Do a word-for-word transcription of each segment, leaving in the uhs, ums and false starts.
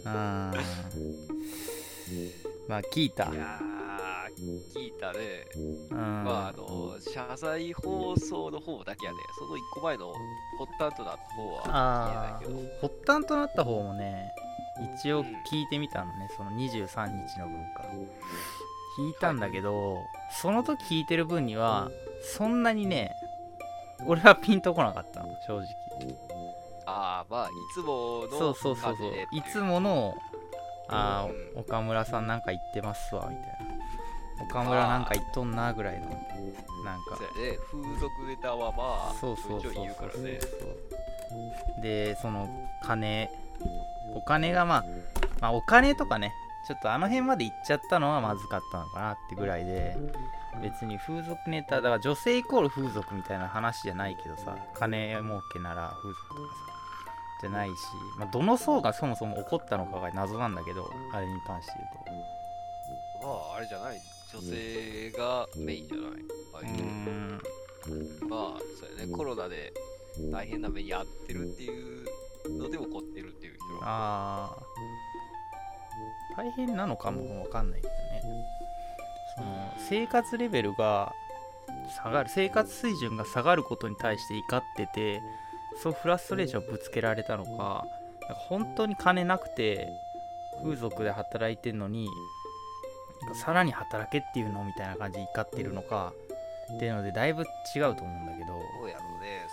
あまあ聞いた。 いやー、聞いたね。 うん、 まあ、あの、謝罪放送の方だけやね。その一個前の発端となった方は聞いてないあけど。 発端となった方もね一応うん。 聞いてみたのね、そのにじゅうさんにちの分か聞いたんだはい。 けど、その時聞いてる分にはそんなにね俺はピンとこなかったの正直。 ああ、まあ、いつもそうのそうそうそう、 感じでっていついう。 ものあうん。 ー岡村さんなんか言ってますわみたいな、岡村なんまあ、 か言っとんなぐらいのなんか、 そうやね。風俗ネタはまあ、 そうそうちょいちょいそうそうそう言うからね。 そうでその金お金がまあまあお金とかねちょっとあの辺まで行っちゃったのはまずかったのかなってぐらいで、別に風俗ネタだから女性イコール風俗みたいな話じゃないけどさ、金儲けなら風俗とかさじゃないし、まあ、どの層がそもそも起こったのかが謎なんだけど、あれに関してまあ、あれじゃない。女性がメインじゃない。ああ言うとうーんいうまあ、そうやね。コロナで大変な目に遭ってるっていうので起こってるっていう人は。 あー大変なのかもわかんないけどね、その生活レベルが下がる生活水準が下がることに対して怒ってて、そうフラストレーションをぶつけられたのか、なんか本当に金なくて風俗で働いてんのにさらに働けっていうのみたいな感じで怒ってるのかっていうのでだいぶ違うと思うんだけど、 どうやろうね。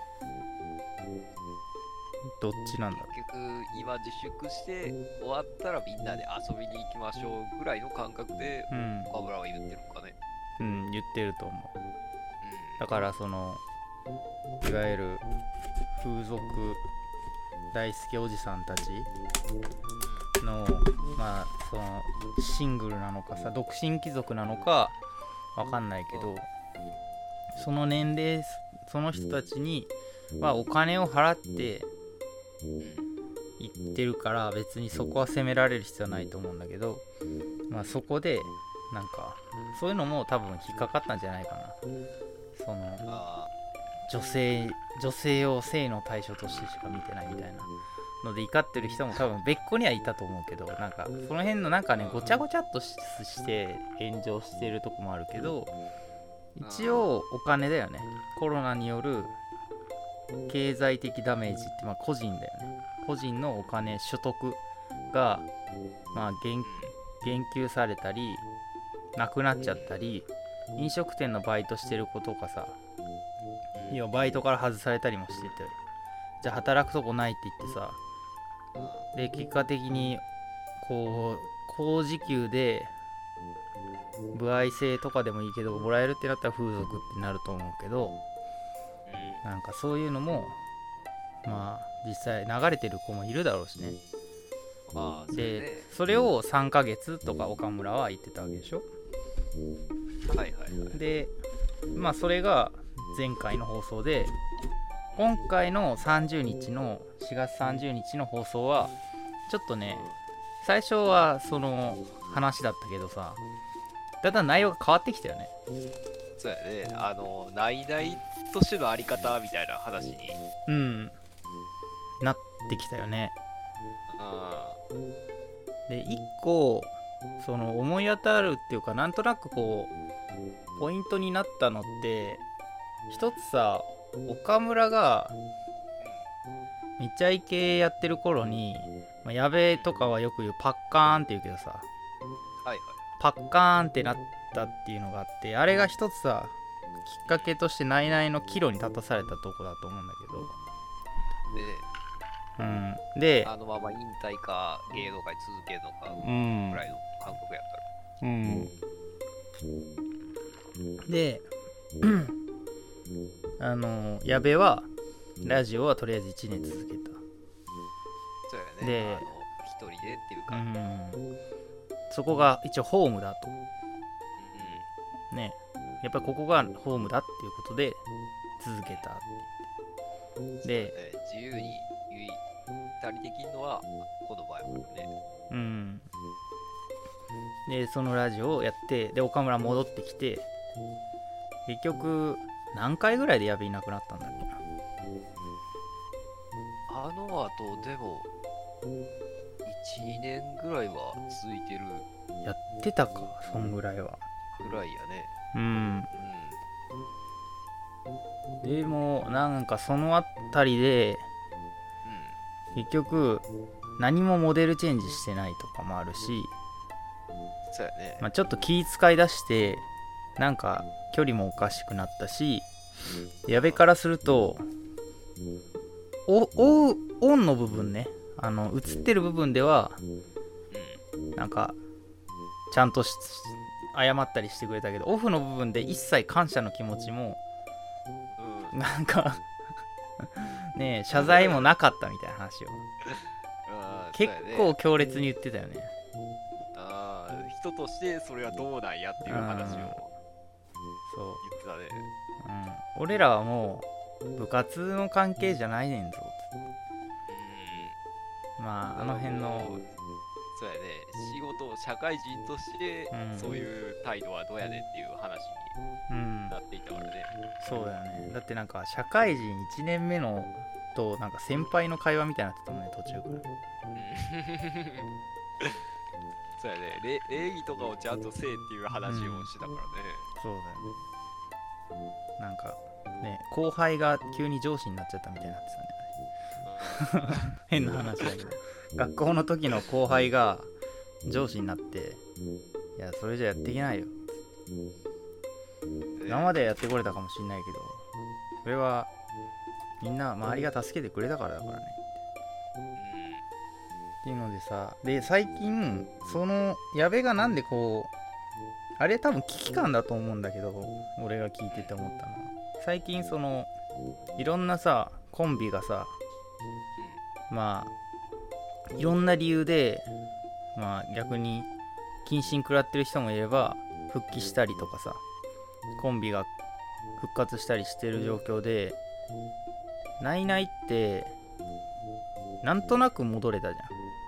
どっちなんだろ結局、今自粛して終わったらみんなで遊びに行きましょうぐらいの感覚でう。うん岡村は言ってるのかね。 うん言ってると思う。 うだからそのいわゆる風俗大好きおじさんたちのまあそのシングルなのかさ独身貴族なのかわかんないけど、その年齢その人たちにはお金を払ってん。うん。 行ってるから別にそこは責められる必要はないと思うんだけど、まあそこでなんかそういうのも多分引っかかったんじゃないかな。そのあ女性女性を性の対象としてしか見てないみたいなので怒ってる人も多分別個にはいたと思うけど、なんかその辺のなんかねごちゃごちゃっとして炎上してるとこもあるけど、一応お金だよね。コロナによる経済的ダメージって、まあ、個人だよね。個人のお金所得が、まあ、減減給されたりなくなっちゃったり、飲食店のバイトしてる子とかさ、いやバイトから外されたりもしてて、じゃあ働くとこないって言ってさ、で結果的にこう高時給で歩合制とかでもいいけどもらえるってなったら風俗ってなると思うけど、なんかそういうのもまあ実際流れてる子もいるだろうしね。 あ、まあ、そうでね。 それをさんかげつとか岡村は言ってたわけでしょ。 はいはいはい。 でまあそれが前回の放送で、今回のさんじゅうにちのしがつさんじゅうにちの放送はちょっとね、最初はその話だったけどさ、だんだん内容が変わってきたよね。 そうやね。あの、内々としてのあり方みたいな話に。 うんなってきたよね。 うでいっこその思い当たるっていうか、なんとなくこうポイントになったのって、一つさ、岡村がめちゃイケやってる頃に、まあ、やべえとかはよく言うパッカーンって言うけどさ、 ん。はいはい。 パッカーンってなったっていうのがあって、あれが一つさきっかけとしてナイナイの岐路に立たされたとこだと思うんだで、 けど、うんであのまま引退か芸能界続けるのかうんぐらいの感覚やったら。 うんであの矢部はラジオはとりあえずいちねん続けた。 そうやね。 であの、一人でっていううか。うん。 んそこが一応ホームだとね、やっぱりここがホームだっていうことで続けたってで、 ね、自由にゆったりできるのはこの場合はね。 うんでそのラジオをやって、で岡村戻ってきて、結局何回ぐらいで矢部いなくなったんだっけな。 あの後でもちねんぐらいは続いてるやってたか、そんぐらいは。 ぐらいやね。 うんでもなんかそのあたりで結局何もモデルチェンジしてないとかもあるし、 そうやね。 まあ、ちょっと気使い出してなんか距離もおかしくなったし、矢部からするとおおオンの部分ね、あの映ってる部分ではなんかちゃんとし謝ったりしてくれたけど、オフの部分で一切感謝の気持ちもうん、 なんかねえ謝罪もなかったみたいな話をあー結そうやね構強烈に言ってたよね。 あー人としてそれはどうなんやっていう話を言ってそう、 たね。 うん、俺らはもう部活の関係じゃないねんぞ。まああの辺のそうやね、仕事を社会人としてうんそういう態度はどうやねんっていう話うんになっていたからね。 そうだよね。だってなんか社会人いちねんめのとなんか先輩の会話みたいになってたもんね、途中から。 うんそうやね、礼礼儀とかをちゃんとせえっていう話をしてたからね。 そうだよね。なんかね、後輩が急に上司になっちゃったみたいになってたね、あれ変な話だけど学校の時の後輩が上司になって、いやそれじゃやっていけないよ、 うん今までやってこれたかもしんないけど、それはみんな周りが助けてくれたからだからねっていうのでさ、で最近その矢部がなんでこうあれ多分危機感だと思うんだけど、俺が聞いてて思ったのは、最近そのいろんなさコンビがさ、まあいろんな理由でまあ逆に謹慎食らってる人もいれば復帰したりとかさ、コンビが復活したりしてる状況で、ナイナイってなんとなく戻れたじゃん。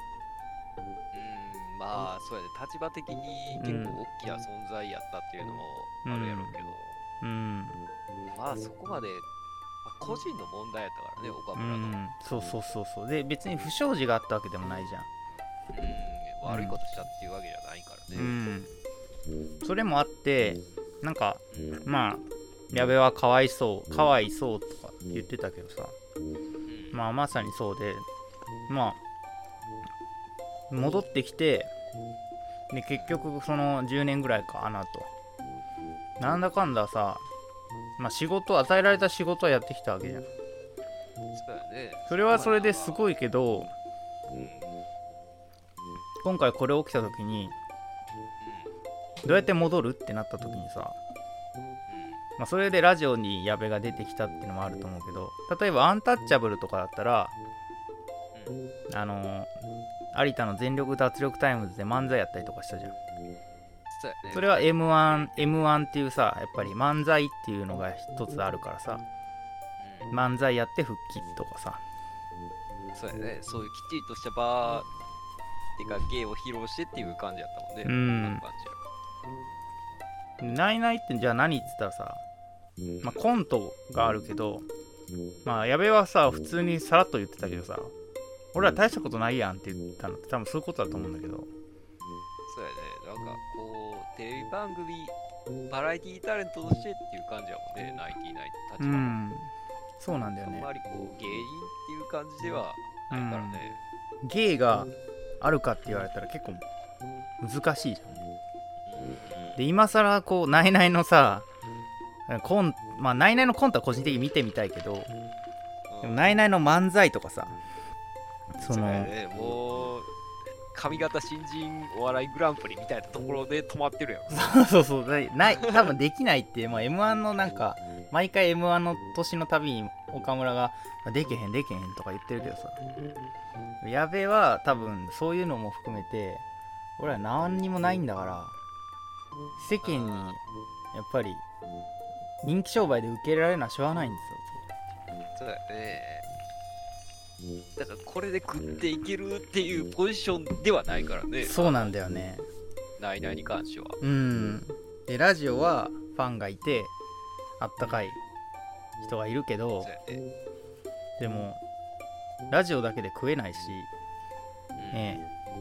うん、まあそうやね、立場的に結構大きな存在やったっていうのもあるやろうけど、 うんまあそこまで、まあ、個人の問題やったからね、岡う村の。 んそうそうそうそうで別に不祥事があったわけでもないじゃん。 うん、悪いことしたっていうわけじゃないからね。 うんそれもあってなんかうんまあ矢部はかわいそうかわいそうとか言ってたけどさ、 うんまあまさにそうで、まあ戻ってきてで結局そのじゅうねんぐらいかあの後なんだかんださ、まあ仕事与えられた仕事はやってきたわけじゃん。 そうやね。 それはそれですごいけど、 うん今回これ起きた時にどうやって戻るってなった時にさ、まあ、それでラジオに矢部が出てきたっていうのもあると思うけど、例えばアンタッチャブルとかだったらうんうんあのー、有田の全力脱力タイムズで漫才やったりとかしたじゃん。 そうやね。 それは エムワン、エムワン っていうさ、やっぱり漫才っていうのが一つあるからさ、 うん漫才やって復帰とかさ、 そうやね、そういうきっちりとした場っていうか芸を披露してっていう感じやったもんね。 うんあの感じやナイナイってじゃあ何っつったらさ、まあ、コントがあるけど、まあ矢部はさ普通にさらっと言ってたけどさ、俺ら大したことないやんって言ったのって多分そういうことだと思うんだけど、 そうやね、なんかこう、テレビ番組、バラエティタレントとしてっていう感じやもんね、ナインティナイン立う場が。 んそうなんだよね。 あんまりこう、芸人っていう感じではないからね。 芸があるかって言われたら結構難しいじゃん。で今更こうナイナイのさコンまあナイナイのコントは個人的に見てみたいけど、でもナイナイの漫才とかさ、そのそうやね、もう、上方新人お笑いグランプリみたいなところで止まってるやろ。 そうそうだない多分できないって、まあ、エムワン のなんか毎回 エムワン の年のたびに岡村がでけへんでけへんとか言ってるけどさ、矢部は多分そういうのも含めて俺は何にもないんだから、世間にやっぱり人気商売で受け入れられるのはしょうがないんですよ。 そうやね。だからこれで食っていけるっていうポジションではないからね。 そうなんだよね。 ナイナイに関しては。 うんでラジオはファンがいてあったかい人がいるけど、 そうやね。 でもラジオだけで食えないし、 うんね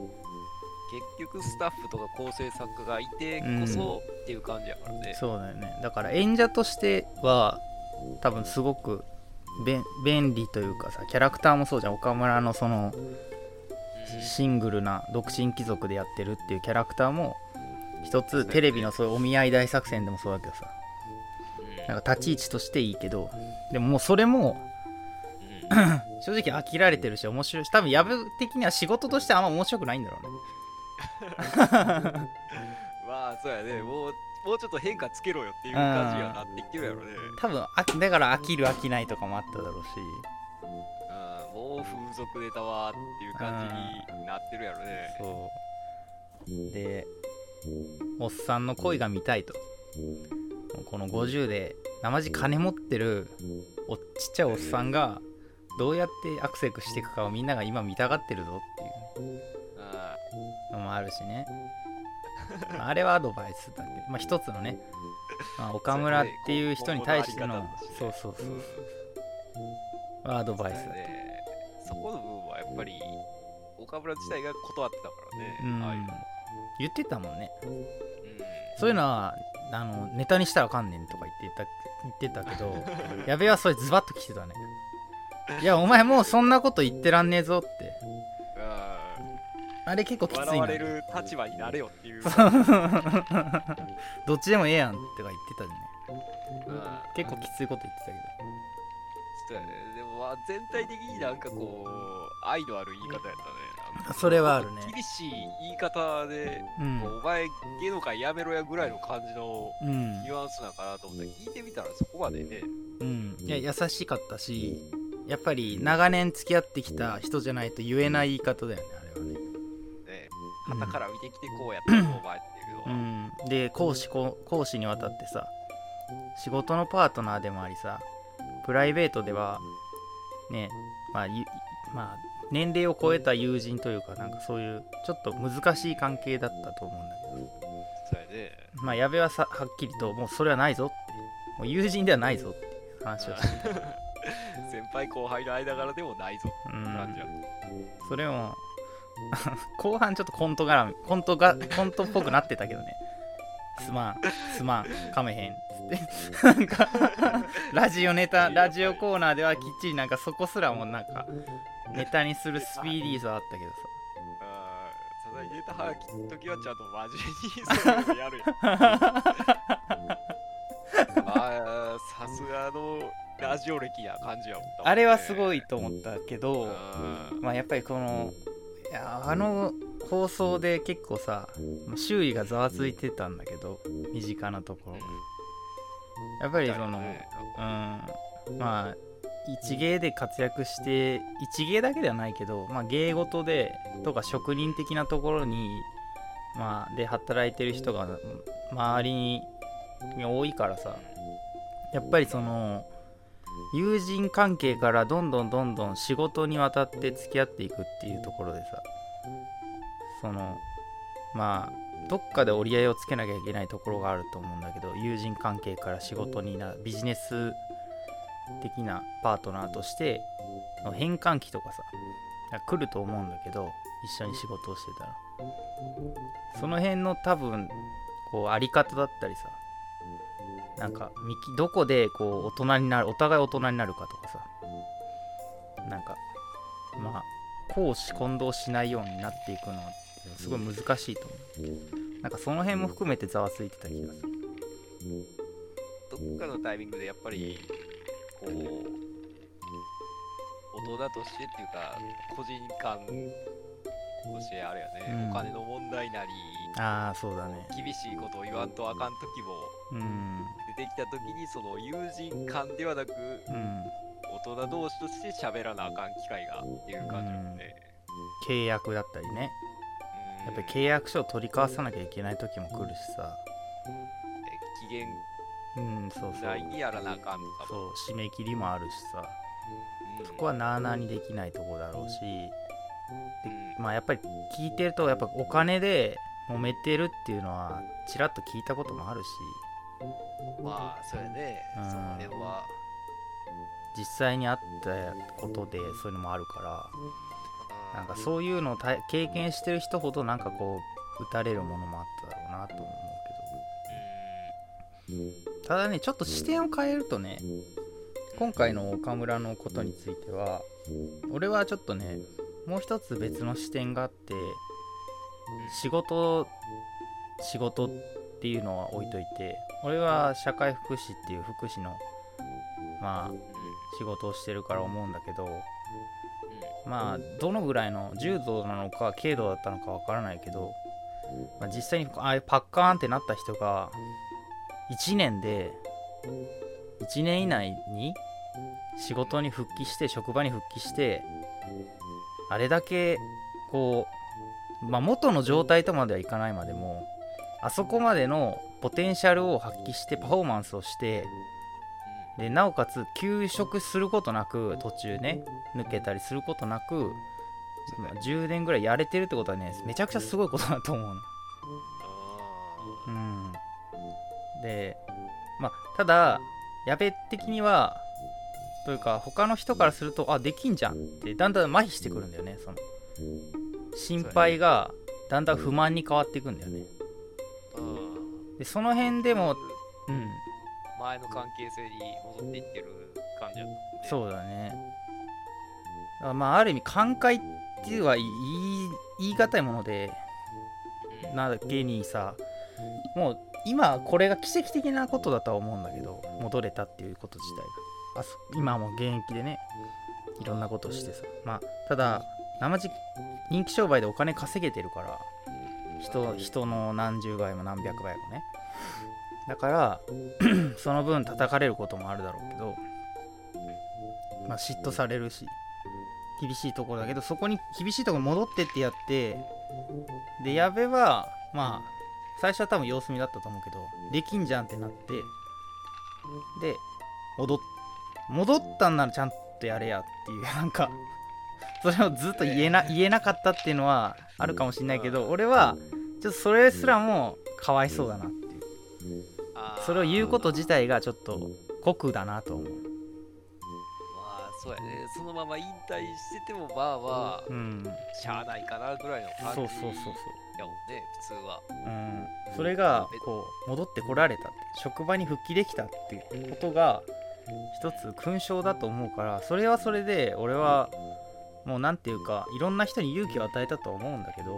結局スタッフとか構成作家がいてこそっていう感じやからね、 うん、そうだよね。だから演者としては多分すごく便利というかさ、キャラクターもそうじゃん。岡村のそのシングルな独身貴族でやってるっていうキャラクターも一つテレビのそういうお見合い大作戦でもそうだけどさ、なんか立ち位置としていいけど、でももうそれも正直飽きられてるし面白いし、多分やぶ的には仕事としてあんま面白くないんだろうね。 まあそうやね、もうもうちょっと変化つけろよっていう感じにはなってきてるやろね。 多分あだから飽きる飽きないとかもあっただろうし、 うん、もう風俗ネタはっていう感じになってるやろね。 そうで、おっさんの恋が見たいと、このごじゅうで生地金持ってるおちっちゃいおっさんがどうやってアクセクしていくかをみんなが今見たがってるぞっていうのもあるしね。あれはアドバイスだけど、まあ一つのね、まあ、岡村っていう人に対しての、そうそうそうそう、アドバイスだね。 そこの部分はやっぱり岡村自体が断ってたからね、 うん、 ああいうの言ってたもんね、 うん、 そういうのはあのネタにしたらあかんねんとか言ってた言ってたけど矢部はそれズバッと来てたね。いやお前もうそんなこと言ってらんねえぞって、あれ結構きついな。 笑われる立場になれよっていうどっちでもええやんってか言ってたね、 うん、 結構きついこと言ってたけど。 そうやね。でもまあ全体的になんかこう愛のある言い方やったね。なんかそれはあるね。 厳しい言い方で、うん、お前芸能界やめろやぐらいの感じのニュアンスなんかなと思ったら、聞いてみたらそこまでね、 うん、いや優しかったし、やっぱり長年付き合ってきた人じゃないと言えない言い方だよね、あれはね。 旗から見てきてこうやったらお前っていうのは、 うん、で講師講師にわたってさ、仕事のパートナーでもありさ、プライベートではね、まあ、まあ、年齢を超えた友人というか、なんかそういうちょっと難しい関係だったと思うんだけど、 そうやね、まあ矢部はさはっきりともうそれはないぞって、もう友人ではないぞっていう話をしてた。 先輩後輩の間柄でもないぞって感じだった、 うん、それも後半ちょっとコント絡みコントがコントっぽくなってたけどね。すまんすまんかめへんっつってなんかラジオネタラジオコーナーではきっちりなんかそこすらもなんかネタにするスピーディーさはあったけどさ、 あさすがにネタはがきの時はちゃんと真面目にそういうのやるやんまあさすがのラジオ歴な感じやったもん、ね、 あれはすごいと思ったけど、まあやっぱりこのいやあの放送で結構さ周囲がざわついてたんだけど、身近なところがやっぱりその、うん、まあ一芸で活躍して一芸だけではないけど、まあ、芸事でとか職人的なところに、まあ、で働いてる人が周りに多いからさ、やっぱりその友人関係からどんどんどんどん仕事にわたって付き合っていくっていうところでさ、そのまあどっかで折り合いをつけなきゃいけないところがあると思うんだけど、友人関係から仕事になビジネス的なパートナーとしての変換期とかさ来ると思うんだけど、一緒に仕事をしてたらその辺の多分こうあり方だったりさ、なんかどこでこう大人になる、お互い大人になるかとかさ、なんかまあ公私混同しないようになっていくのはすごい難しいと思う。なんかその辺も含めてざわついてた気がする。 どっかのタイミングでやっぱりこう大人としてっていうか個人間としてあれやね、うん、お金の問題なり、 ああそうだね、 厳しいことを言わんとあかん時も、うん、出てきた時にその友人間ではなく、うん、大人同士として喋らなあかん機会がっていう感じだよね、 うん、契約だったりね、やっぱり契約書を取り交わさなきゃいけない時も来るしさ、 期限うんそうそう内にやらなあかんとかも、 そう締め切りもあるしさ、うん、そこはなあなあにできないとこだろうし、でまあやっぱり聞いてるとやっぱお金で揉めてるっていうのはちらっと聞いたこともあるし、 まあそうやね、うん、その辺は実際にあったことでそういうのもあるから、 なんかそういうのを経験してる人ほどなんかこう打たれるものもあっただろうなと思うけど、ただねちょっと視点を変えるとね、今回の岡村のことについては俺はちょっとねもう一つ別の視点があって、仕事仕事っていうのは置いといて、俺は社会福祉っていう福祉のまあ仕事をしてるから思うんだけど、まあどのぐらいの重度なのか軽度だったのかわからないけど、まあ、実際にああいうパッカーンってなった人がいちねんでいちねん以内に仕事に復帰して職場に復帰してあれだけこう、まあ、元の状態とまではいかないまでもあそこまでのポテンシャルを発揮してパフォーマンスをしてでなおかつ休職することなく途中ね抜けたりすることなくじゅうねんぐらいやれてるってことはねめちゃくちゃすごいことだと思うの。うん、でまあただ矢部的にはというか他の人からするとあできんじゃんってだんだん麻痺してくるんだよね。その心配がだんだん不満に変わっていくんだよね。でその辺でも、うん、 前の関係性に戻っていってる感じだったもんね。 そうだね。だからまあある意味寛解っていうは言い言い難いもので、なだけにさもう今これが奇跡的なことだとは思うんだけど、戻れたっていうこと自体があ今はもう現役でねいろんなことをしてさ、まあただ生地人気商売でお金稼げてるから人人の何十倍も何百倍もね、だからその分叩かれることもあるだろうけど、まあ嫉妬されるし厳しいところだけど、そこに厳しいところに戻ってってやって、で矢部はまあ最初は多分様子見だったと思うけどできんじゃんってなって、で戻っ戻ったんならちゃんとやれやっていう、なんかそれをずっと言えな言えなかったっていうのはあるかもしれないけど、俺はちょっとそれすらもかわいそうだなっていう、それを言うこと自体がちょっと酷だなと思う。 まあそうやね、そのまま引退しててもまあまあ、うん、しゃあないかなぐらいの感じ。 そうそうそうそうやもんね普通は。 うん、それがこう戻ってこられたって、職場に復帰できたっていうことが一つ勲章だと思うから、それはそれで俺はもうなんていうかいろんな人に勇気を与えたと思うんだけど、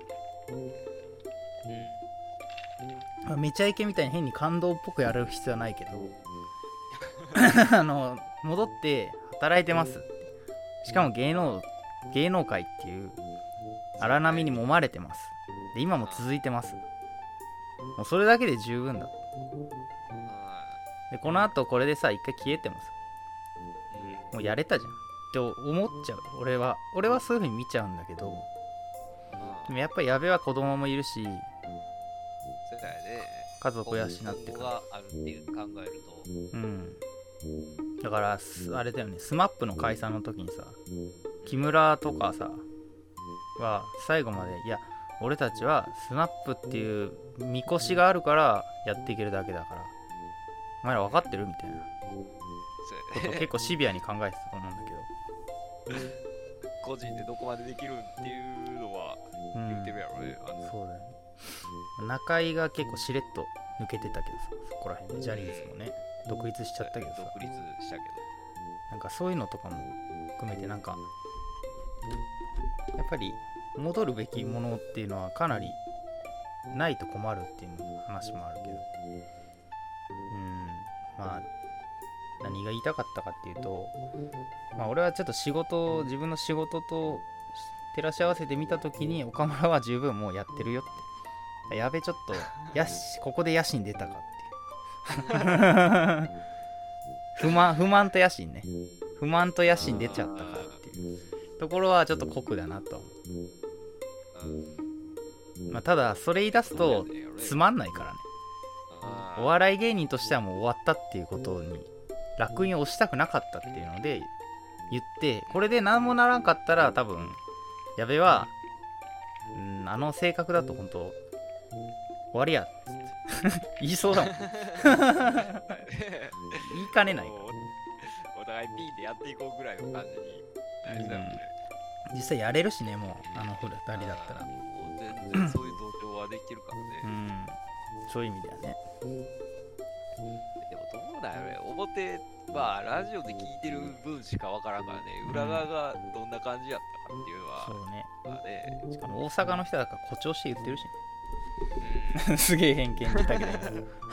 うん、めちゃイケみたいに変に感動っぽくやる必要はないけどあの戻って働いてます、しかも芸能芸能界っていう荒波に揉まれてます、で今も続いてます、もうそれだけで十分だ。でこの後これでさ一回消えてもさもうやれたじゃんって思っちゃう。俺は俺はそういう風に見ちゃうんだけど、でもやっぱり矢部は子供もいるし、家族を養ってからがあるっていう考えると、 うん、だからあれだよね、スマップの解散の時にさ木村とかさは最後までいや俺たちはスマップっていうみこしがあるからやっていけるだけだからお前ら分かってるみたいなこと結構シビアに考えてたと思うんだけど個人でどこまでできるっていうのは言ってるやろね、 うん、そうだよね。中井が結構しれっと抜けてたけどさ、そこら辺でジャニーズもね独立しちゃったけどさ、 独立したけどなんかそういうのとかも含めてなんかやっぱり戻るべきものっていうのはかなりないと困るっていう話もあるけど、うんまあ何が言いたかったかっていうと、まあ俺はちょっと仕事自分の仕事と照らし合わせてみたときに岡村は十分もうやってるよって、やべちょっとやしここで野心出たかっていう不満不満と野心ね、不満と野心出ちゃったかっていうところはちょっと酷だなと思う。まあただそれ言い出すとつまんないからね、お笑い芸人としてはもう終わったっていうことに楽印を押したくなかったっていうので言って、これで何もならんかったら多分矢部は、うん、あの性格だと本当終わりやっつって言いそうだもん言いかねないからお互い P でやっていこうぐらいの感じになりそうだもんね、 実際やれるしね、もうあのふたりだったらもう全然そういう同調はできるからね。 うん、そういう意味ではね。 でもどうだよね、表、まあラジオで聞いてる分しかわからんからね、裏側がどんな感じやったかっていうのは、 そうね。 まあね、 しかも大阪の人だから誇張して言ってるしうん、 ね。すげえ偏見出たけど。 す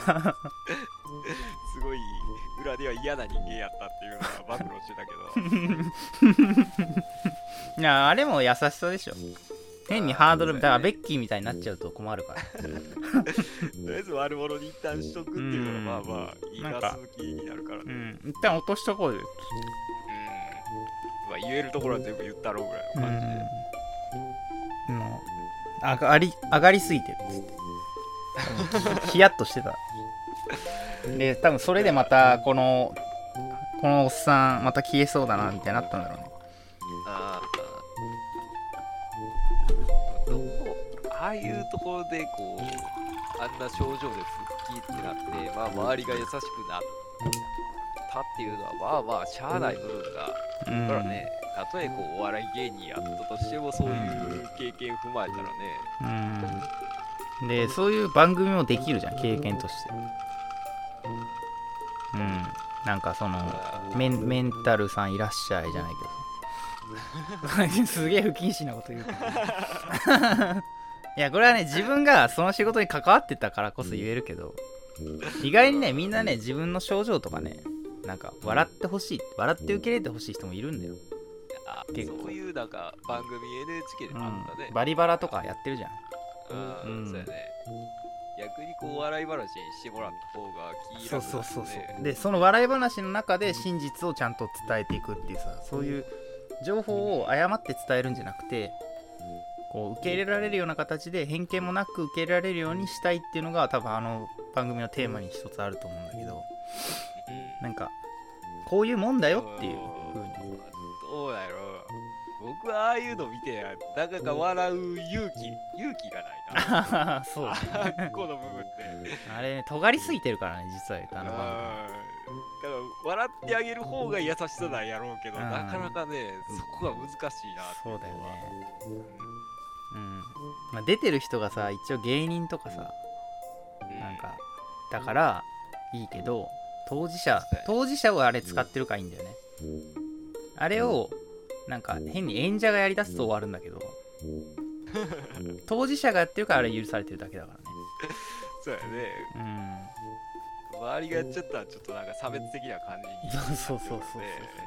ごい裏では嫌な人間やったっていうのは暴露してたけど。 いや、あれも優しさでしょ。変にハードル、だからベッキーみたいになっちゃうと困るから。 とりあえず悪者に一旦しとくっていうのはまあまあいいが続きになるからね。 うん、一旦落としとこうよ。うん。 まあ言えるところは全部言ったろうぐらいの感じで。 うん。もう上がり上がりすぎてるっつって。ヒヤッとしてた。で、多分それでまたこのこのおっさんまた消えそうだなみたいになったんだろうね。 ああ。どうああいうところでこうあんな症状で復帰ってなって、まあ周りが優しくなったっていうのはまあまあしゃあない部分が。だからね、たとえこうお笑い芸人やったとしてもそういう経験踏まえたらね、 うん、でそういう番組もできるじゃん、経験として。うん、なんかそのメン、メンタルさんいらっしゃいじゃないけどすげえ不謹慎なこと言うからいやこれはね、自分がその仕事に関わってたからこそ言えるけど、意外にね、みんなね、自分の症状とかね、なんか笑ってほしい、笑って受け入れてほしい人もいるんだよ。 あ、そういうなんか番組 エヌエイチケー であったね、 うん、バリバラとかやってるじゃん。 うん、うん、そうやね。逆にこう笑い話にしてもらった方が気楽だね。 そうそうそうそう。で、その笑い話の中で真実をちゃんと伝えていくっていうさ、そういう情報を誤って伝えるんじゃなくて、こう受け入れられるような形で偏見もなく受け入れられるようにしたいっていうのが多分あの番組のテーマに一つあると思うんだけど、なんかこういうもんだよっていう風に。 どうだろう。僕はああいうの見てなかなか笑う勇気勇気がないな。 そうだね。この部分ってあれね、尖りすぎてるからね、実は言うとあの番組。 だから笑ってあげる方が優しさなんやろうけど、なかなかねそこが難しいな。 そうだよね。うん、まあ、出てる人がさ、一応芸人とかさ、なんかだからいいけど、当事者当事者をあれ使ってるからいいんだよね。あれをなんか変に演者がやりだすと終わるんだけど、当事者がやってるからあれ許されてるだけだからね。 そうやね。うん。周りがやっちゃったらちょっとなんか差別的な感じに。 そうそうそうそうそう。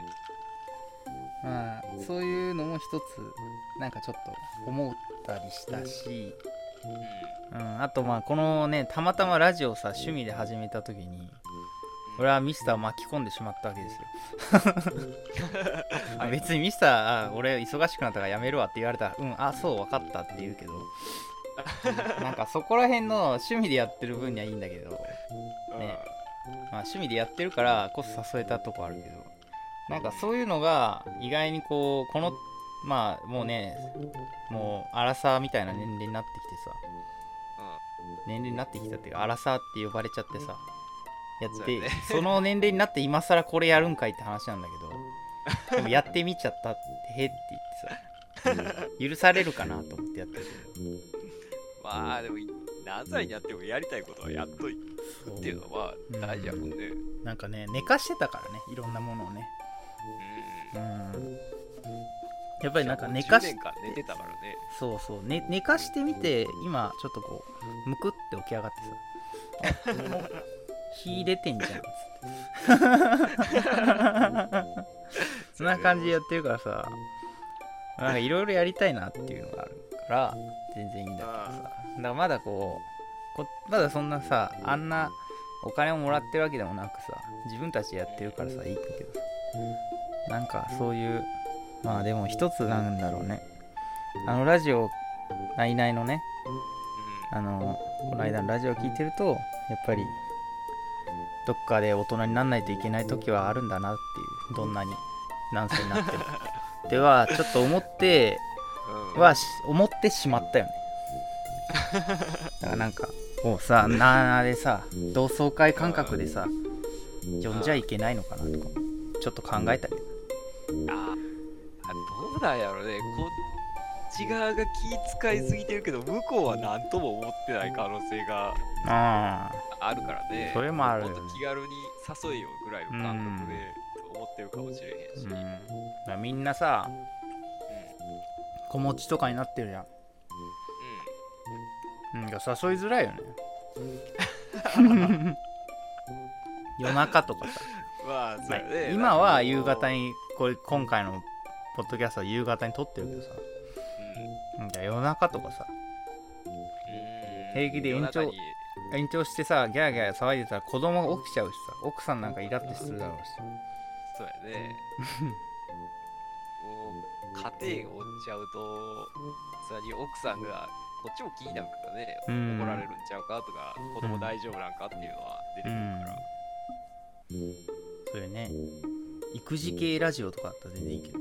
まあそういうのも一つなんかちょっと思ったりしたし、うん、あとまあこのね、たまたまラジオさ趣味で始めた時に俺はミスターを巻き込んでしまったわけですよ別にミスター俺忙しくなったからやめるわって言われたら、うん、あ、そう分かったって言うけどなんかそこら辺の趣味でやってる分にはいいんだけどね、まあ趣味でやってるからこそ誘えたとこあるけど、なんかそういうのが意外にこうこのまあもうね、もうアラサーみたいな年齢になってきてさ、年齢になってきたっていうかアラサーって呼ばれちゃってさ、やって そ,、ね、その年齢になって今更これやるんかいって話なんだけど、でもやってみちゃったってへって言ってさ許されるかなと思ってやってるけどまあでも何歳になってもやりたいことはやっといくっていうのは大事やもんね、 うん、なんかね寝かしてたからね、いろんなものをね、うん、うん、やっぱりなんか寝かしじゅうねんかん寝てたからね。 そうそう、ね、寝かしてみて今ちょっとこうむくって起き上がってさ火出てんじゃんっつってそんな感じでやってるからさ、なんかいろいろやりたいなっていうのがあるから全然いいんだけどさ、だからまだこうこまだそんなさ、あんなお金をもらってるわけでもなくさ、自分たちでやってるからさいいけどさ、なんかそういうまあでも一つなんだろうね、あのラジオナイナイのね、あのこの間のラジオ聞いてるとやっぱりどっかで大人にならないといけない時はあるんだなっていう、どんなに何歳になってもではちょっと思っては思ってしまったよねだからなんかもうさ、なあれさ、同窓会感覚でさ呼んじゃいけないのかなとかちょっと考えたけど、 あどうなんやろね、こっち側が気使いすぎてるけど、向こうは何とも思ってない可能性がああるからね。 それもあるよねもっと気軽に誘えよぐらいの感覚で思ってるかもしれへんし。 うん、だからみんなさ子持ちとかになってるじゃん。うん、うん、誘いづらいよね夜中とかさ、 まあ、そうまあやね。 今は夕なんか方にこれ今回のポッドキャストは夕方に撮ってるけどさ、 こう、 うん、じゃあ夜中とかさうんうん平気で延長夜中に延長してさギャーギャー騒いでたら子供が起きちゃうしさ、奥さんなんかイラッとするだろうし。 そうやね。もう家庭が落ちちゃうと、さらに奥さんがこっちも気になるからね、 うん怒られるんちゃうかとか、子供大丈夫なんかっていうのは出てくるから。 それね、育児系ラジオとかだったら全然いいけど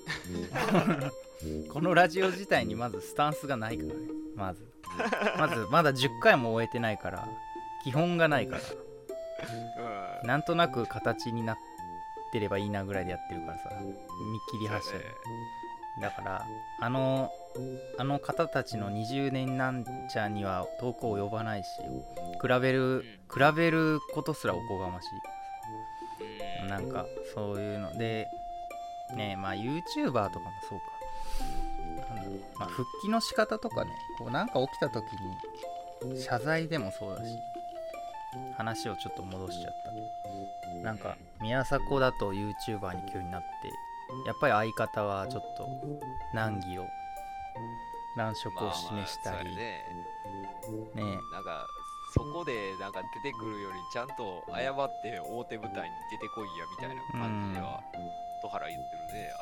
このラジオ自体にまずスタンスがないからね。まずまずまだじゅっかいも終えてないから基本がないからうん、 なんとなく形になってればいいなぐらいでやってるからさ、見切り発車で。だからあのあの方たちのにじゅうねんなんちゃんには遠く及ばないし、比べる比べることすらおこがましい。なんかそういうのでね、まあ YouTuber とかもそうか、なんだろう、まあ、復帰の仕方とかね、こうなんか起きた時に謝罪でもそうだし、話をちょっと戻しちゃったけど、なんか宮迫だと YouTuber に急になって、やっぱり相方はちょっと難儀を難色を示したり、 まあまあそうやねねなんかそこでなんか出てくるよりちゃんと謝って表舞台に出てこいやみたいな感じでは戸原言ってるね。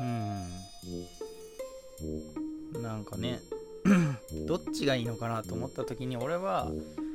うん、なんかねどっちがいいのかなと思った時に俺は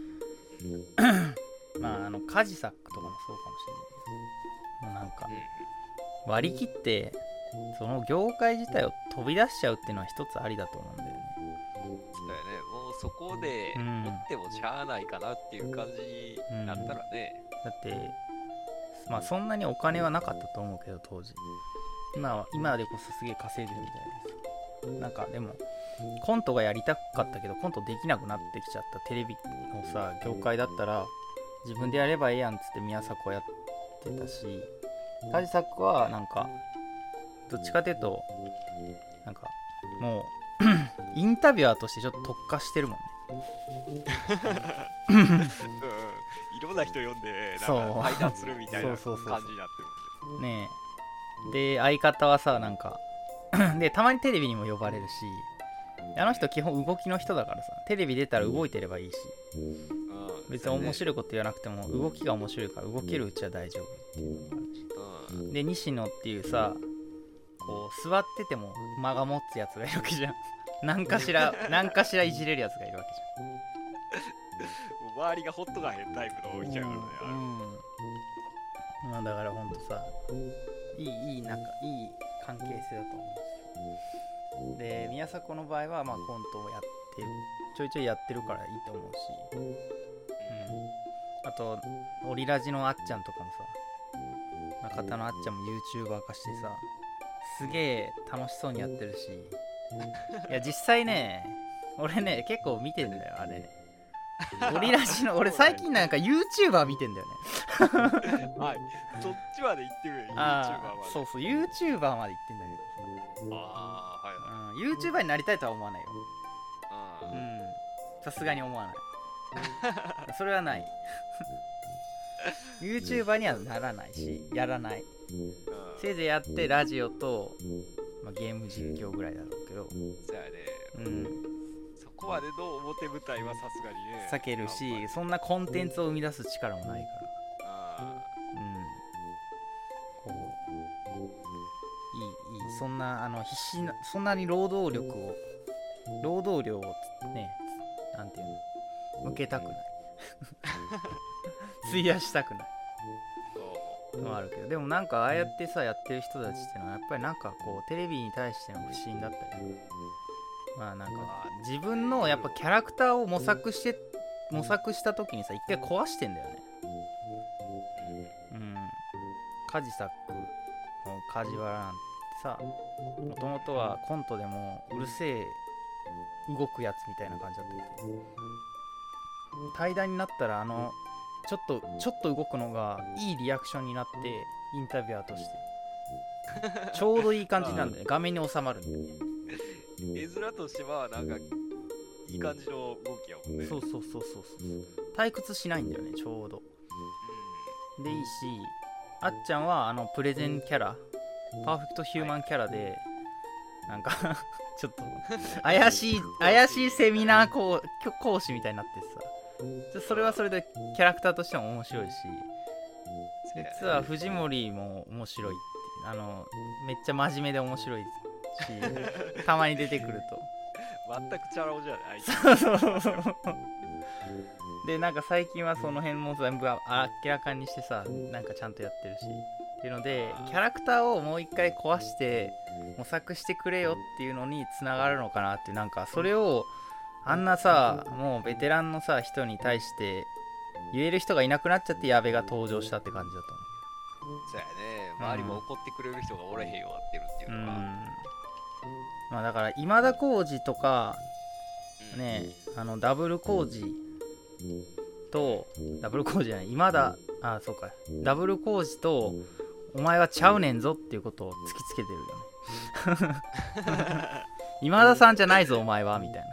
まああのカジサックとかもそうかもしれないけど、もうなんか割り切ってその業界自体を飛び出しちゃうっていうのは一つありだと思うんだよね。 そうだよね。もうそこでうん持ってもしゃあないかなっていう感じになったらね。 だってまあそんなにお金はなかったと思うけど当時、今は今でこそすげえ稼いでるみたいです。なんかでもコントがやりたかったけどコントできなくなってきちゃったテレビのさ業界だったら自分でやればええやんっつって宮迫はやってたし、カジサックはなんかどっちかというとなんかもうインタビュアーとしてちょっと特化してるもんね。 うんうん、いろんな人呼んでそうなんか対談するみたいなそうそうそうそう感じになってるもんね。 ねえで相方はさなんかでたまにテレビにも呼ばれるし、あの人基本動きの人だからさ、テレビ出たら動いてればいいし、 うん、 別に面白いこと言わなくても動きが面白いから動けるうちは大丈夫っていうのがあるし、 うん、 で西野っていうさこう座ってても間が持つやつがいるわけじゃん何かしら何かしらいじれるやつがいるわけじもう周りがほっとかへんタイプの人やからね。 ゃん。うん、まあだからほんとさいいいいなんかいい関係性だと思うんですよ。で宮迫の場合はまあコントをやってるちょいちょいやってるからいいと思うし、うん、あとオリラジのあっちゃんとかもさ、中田のあっちゃんも YouTuber 化してさすげえ楽しそうにやってるし、いや実際ね俺ね結構見てんだよあれ。オリラジの俺最近なんか YouTuber 見てんだよねはい、そっちまで行ってるよ、YouTuber まあで。 そうそう YouTuber まで行ってんだけど、 ああ、はいはい。 うん、YouTuber になりたいとは思わないよ。 ううんん、さすがに思わないそれはないYouTuber にはならないしやらない。 うんせいぜいやってラジオと、まあ、ゲーム実況ぐらいだろうけど、 そうやね。 うん、 そこまでの表舞台はさすがにね。 避けるしそんなコンテンツを生み出す力もないからあうん、こういいいいそんなあの必死なそんなに労働力を労働量をねなんていうの向けたくない費やしたくないのはあるけど、でもなんかああやってさやってる人たちっていうのはやっぱりなんかこうテレビに対しての不信だったり、まあなんか自分のやっぱキャラクターを模索して模索した時にさ一回壊してんだよね。うん、カジサックの梶原なんてさ、もともとはコントでもうるせえ動くやつみたいな感じだったけど、対談になったらあのちょっとちょっと動くのがいいリアクションになってインタビュアーとしてちょうどいい感じなんだよね。画面に収まるんだよ。 絵面としてはなんかいい感じの動きやもんね。 そうそうそうそうそう退屈しないんだよね、ちょうど。でいいし、あっちゃんはあのプレゼンキャラ、パーフェクトヒューマンキャラで、なんかちょっと怪しい怪しいセミナー講講師みたいになってさ、それはそれでキャラクターとしても面白いし、実は藤森も面白いって、あのめっちゃ真面目で面白いし、たまに出てくると全くチャラ男じゃない。 そうそうそうで、なんか最近はその辺も全部明らかにしてさ、なんかちゃんとやってるしっていうので、キャラクターをもう一回壊して模索してくれよっていうのにつながるのかなっていう、なんかそれをあんなさ、もうベテランのさ人に対して言える人がいなくなっちゃって、矢部が登場したって感じだと思う。 そうやね、周りも怒ってくれる人がおれへんようになってるっていうのが、 うん、まあだから今田耕司とかね、あのダブル工事とダブル工事じゃない今田、あ、そうか、ダブル工事とお前はちゃうねんぞっていうことを突きつけてるよね今田さんじゃないぞお前はみたいな。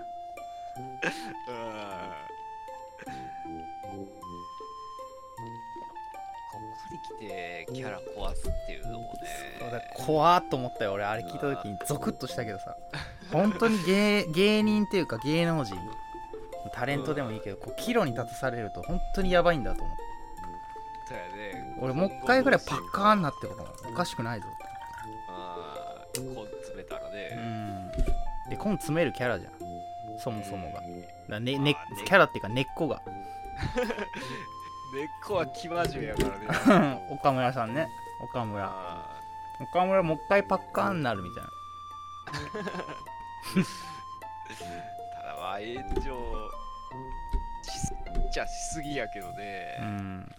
ここに来てキャラ壊すっていうのもね、 そうだ、怖っと思ったよ俺、あれ聞いた時にゾクッとしたけどさ、本当に 芸, 芸人っていうか芸能人、タレントでもいいけど、こう岐路に立たされると本当にやばいんだと思って。 そうやね、 俺もう一回ぐらいパッカーンなってこともおかしくないぞ。 あー、根詰めたらうね、 ん。で、根詰めるキャラじゃん、そもそもが。だねねまあねキャラっていうか根っこが。 根っこは生真面目やからね岡村さんね。岡村。 あ岡村もう一回パッカーンになるみたいな。 ただまあ炎上しすっちゃしすぎやけどね、 うん。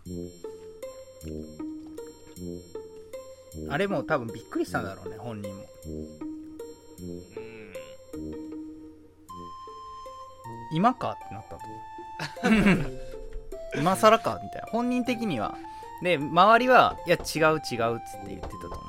あれも多分びっくりしたんだろうね、本人も。 うん今かってなったと。今更かみたいな、本人的には。で、周りはいや違う違うっつって言ってたと思うんだ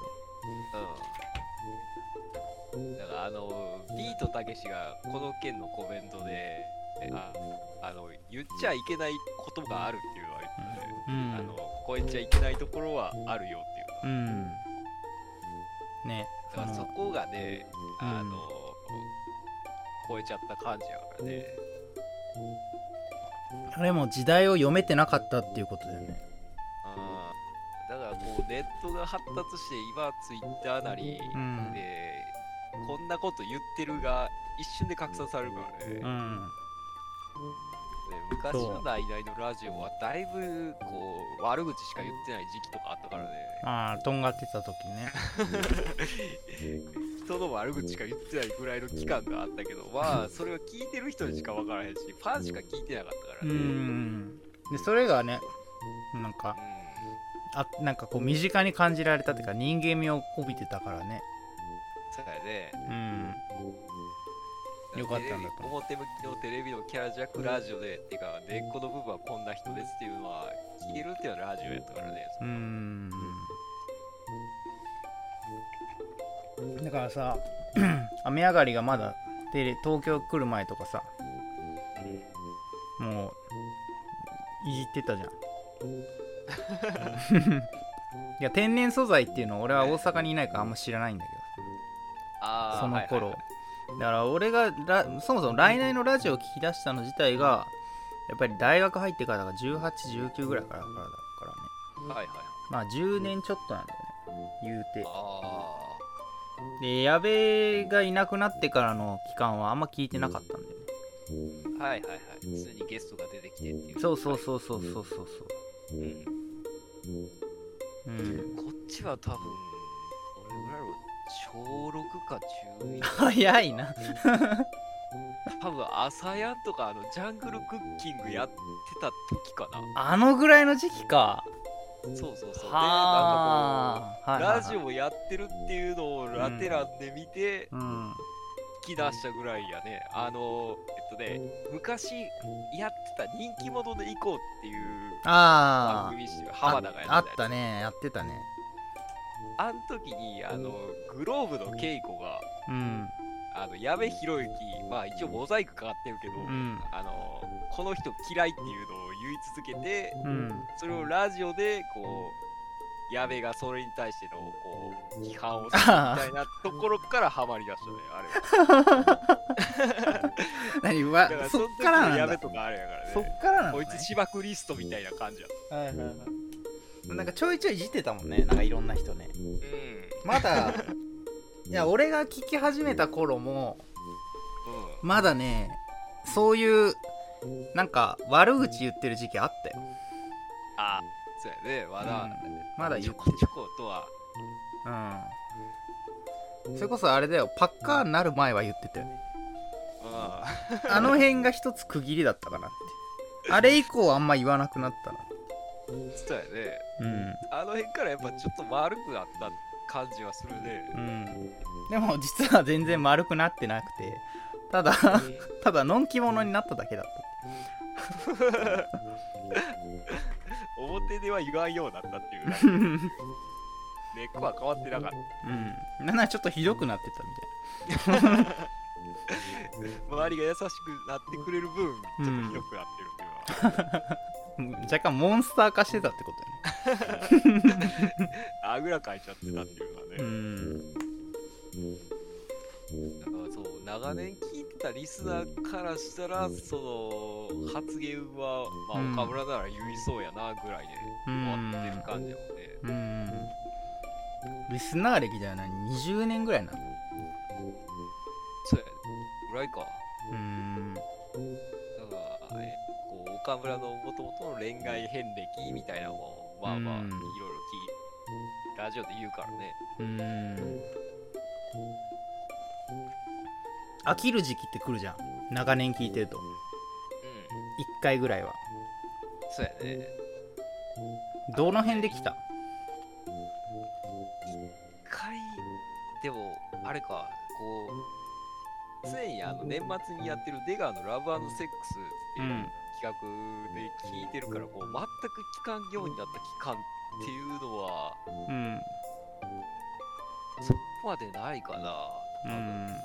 うんだからあのビートたけしがこの件のコメントでああの言っちゃいけないことがあるっていうのは言ってて、 けど、うん、 あの超えちゃいけないところはあるよっていうのは、 うんね、 だからそこがね、 うんあの超えちゃった感じやからね。 あれも時代を読めてなかったっていうことだよね。 だからこうネットが発達して今ツイッターなりうんで、こんなこと言ってるが一瞬で拡散されるからね。 うでん昔のナイナイのラジオはだいぶこう悪口しか言ってない時期とかあったからね。 ああ、とんがってた時ね。 人の悪口しか言ってないぐらいの期間があったけど、まあそれは聞いてる人にしか分からへんし、ファンしか聞いてなかったからうね。 んでそれがね、なんかあなんかこう身近に感じられたっていうか、人間味を帯びてたからね。 そうやね。 うん、よかったんだと思う。 表向きのテレビのキャラ弱ラジオでっていうか、根っこの部分はこんな人ですっていうのは聞けるっていうのはラジオやったからね。 うーんだからさ雨上がりがまだテレ東京来る前とかさ、もういじってたじゃんいや、天然素材っていうのを俺は大阪にいないからあんま知らないんだけど、 あその頃、 はいはいはい、 だから俺がラそもそも来年のラジオを聞き出したの自体がやっぱり大学入ってからだからじゅうはち、じゅうきゅうぐらいからだからね。 はいはいはい。 まあじゅうねんちょっとなんだよね、言うて。 あで、矢部がいなくなってからの期間はあんま聞いてなかったんだよね。 あ、はいはいはい。普通にゲストが出てきてっていう。 そうそうそうそうそうそうそう。 うん。 うん、 こっちは多分、俺ぐらいのちょうろくか中いち。 早いな多分、朝やんとかあのジャングルクッキングやってた時かな。 あのぐらいの時期か。 そうそうそう。で、なんかこう、 はあ、はいはいはい、 ラジオやってるっていうのをラテランで見て、 うん、 聞き出したぐらいやね。あの、えっとね、昔やってた人気者で行こうっていう番あ組してるあ、 浜田がやってたやつ。 あったね、やってたね。 あん時に、あの、グローブの稽古が、 うん、 あの矢部浩之、まあ一応モザイクかかってるけど、 うんあのこの人嫌いっていうのを言い続けて、 うん、 それをラジオでこう矢部がそれに対してのこう批判をするみたいなところからハマりだしたね、あれは。 何わだからそっその時からなんだ。 の矢部とかあれやからそっね。 からなんだ、ね、 こいつしばくリストみたいな感じやった。 はいはいはい。なんかちょいちょいいじってたもんね、なんかいろんな人ね。 うん。 まだいや俺が聞き始めた頃もうん。 まだね、そういうなんか悪口言ってる時期あったよ。 あ、そうやね。まだ、 うんまだ言ってちょこちょことは。 うん。それこそあれだよ、パッカーになる前は言ってたよね。 うん。 あの辺が一つ区切りだったかなって。あれ以降あんま言わなくなったな。 そうやね。 うんあの辺からやっぱちょっと丸くなった感じはするね。 うん。でも実は全然丸くなってなくて、ただただのんき者になっただけだった。 表では言わんようになったっていうだけ。根っこは変わってなかった。 うん。なんならちょっとひどくなってたみたいな。 周りが優しくなってくれる分、ちょっとひどくなってるっていうのは。 若干モンスター化してたってことよね。 あぐらかいちゃってたっていうのはね。 うんだからそう、長年聞いてたリスナーからしたら、その発言は、まあ、 うん岡村なら言いそうやなぐらいで終わってる感じだもんね。 うんリスナー歴じゃないにじゅうねんぐらいなの。 そうやね。ぐらいか。 うんだから、えこう岡村のもともとの恋愛遍歴みたいなのも、まあまあ、いうんろいろ聞いラジオで言うからね。 うん飽きる時期って来るじゃん、長年聞いてると。 うん。 いっかいぐらいは。 そうやね。 どの辺で来た？ 一回、でも、あれか、こう、常にあの年末にやってる出川のラブ&セックスっていう企画で聞いてるから、こう全く聞かんようになった期間っていうのは、 うんそこまでないかな。 う多分ん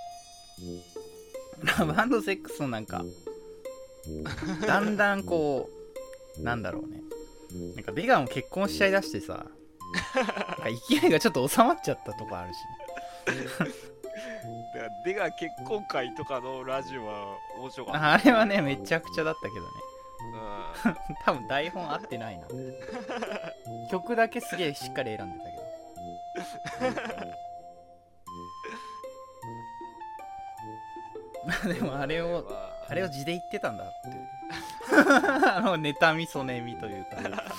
ラブ&セックスのなんかだんだんこうなんだろうね、なんか出川も結婚しちゃいだしてさ、なんか勢いがちょっと収まっちゃったとこあるしね。 だから出川結婚会とかのラジオは面白かった。 あれはねめちゃくちゃだったけどね。 うん。 多分台本合ってないな。曲だけすげえしっかり選んでたけど。まあでもあれをあれを字で言ってたんだっていうあの妬みそねみというか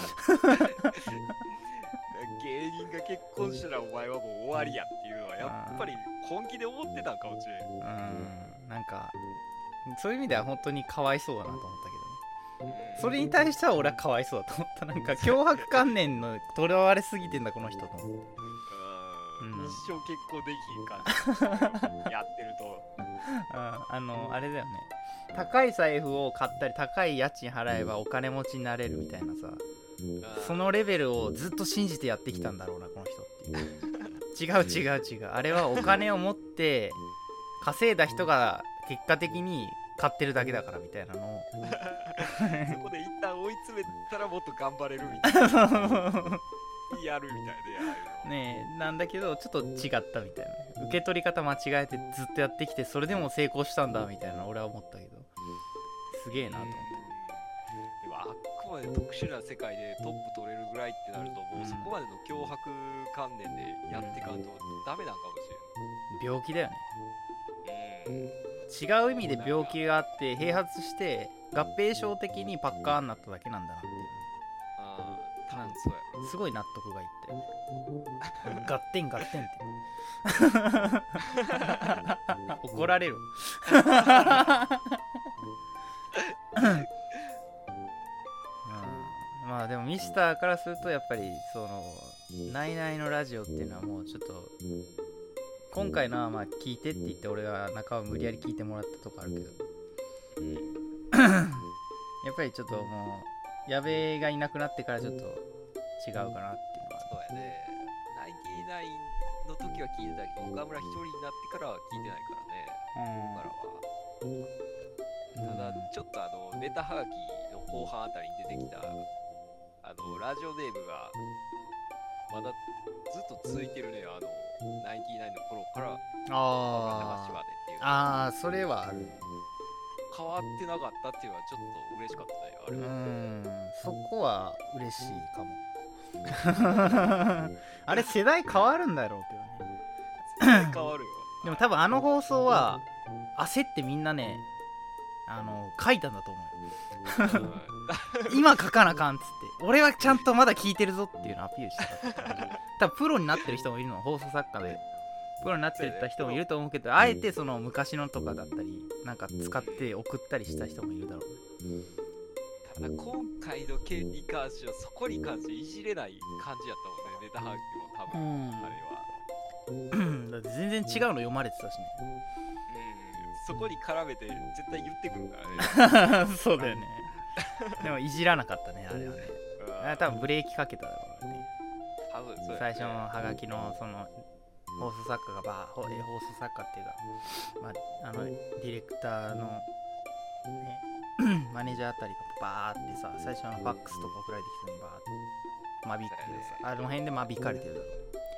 芸人が結婚したらお前はもう終わりやっていうのはやっぱり本気で思ってたんかもしれん。 うんなんかそういう意味では本当にかわいそうだなと思ったけどね。それに対しては俺はかわいそうだと思った。なんか脅迫観念のとらわれすぎてんだこの人と思って。 うん、 うん一生結婚できひん感じやってるとあ, あのあれだよね、高い財布を買ったり高い家賃払えばお金持ちになれるみたいなさ、そのレベルをずっと信じてやってきたんだろうなこの人っていう。違う違う違う、あれはお金を持って稼いだ人が結果的に買ってるだけだからみたいなのをそこで一旦追い詰めたらもっと頑張れるみたいなやるみたいでねえなんだけどちょっと違ったみたいな、受け取り方間違えてずっとやってきてそれでも成功したんだみたいな俺は思ったけど、すげえなと思って。 でもあっこまで特殊な世界でトップ取れるぐらいってなるともうそこまでの脅迫観念でやっていかんとダメなんかもし病気だよね。 れん。うん違う意味で病気があって併発して合併症的にパッカーになっただけなんだなっていう。 ああ、多分そうや。 すごい納得がいってガッテンガッテンって怒られるうんまあでもミススターからするとやっぱりそのナイナイのラジオっていうのはもうちょっと今回のはまあ聞いてって言って俺が中を無理やり聞いてもらったとこあるけどやっぱりちょっともう矢部がいなくなってからちょっと違うかなっていうのはそうやね。ナインティナインの時は聞いてたけど岡村一人になってからは聞いてないからね、ここからは。ただちょっとあのネタはがきの後半あたりに出てきたあのラジオネームがまだずっと続いてるね。あのナインティナインの頃からあ高島でっていうああそれはある。 変わってなかったっていうのはちょっと嬉しかったね。あれうはんそこは嬉しいかもあれ世代変わるんだろうけどね変わるよ。 でも多分あの放送は焦ってみんなねあの書いたんだと思うよ今書かなあかんっつって俺はちゃんとまだ聞いてるぞっていうのをアピールしてた多分プロになってる人もいるの放送作家でプロになってた人もいると思うけどあえてその昔のとかだったりなんか使って送ったりした人もいるだろうね。 ただ今回の件に関してはそこに関していじれない感じやったもんね。ネタはがきも多分あれはだって全然違うの読まれてたしねうんそこに絡めて絶対言ってくるからねそうだよねでもいじらなかったねあれはねあれ多分ブレーキかけただろうね多分そうやね。 最初のハガキのその放送作家がバー放送作家っていうか、まあ、あのディレクターの、ね、マネージャーあたりがバーってさ最初のファックスとか送られてきたのにバーって間引くけどさあの辺で間引かれてるだろう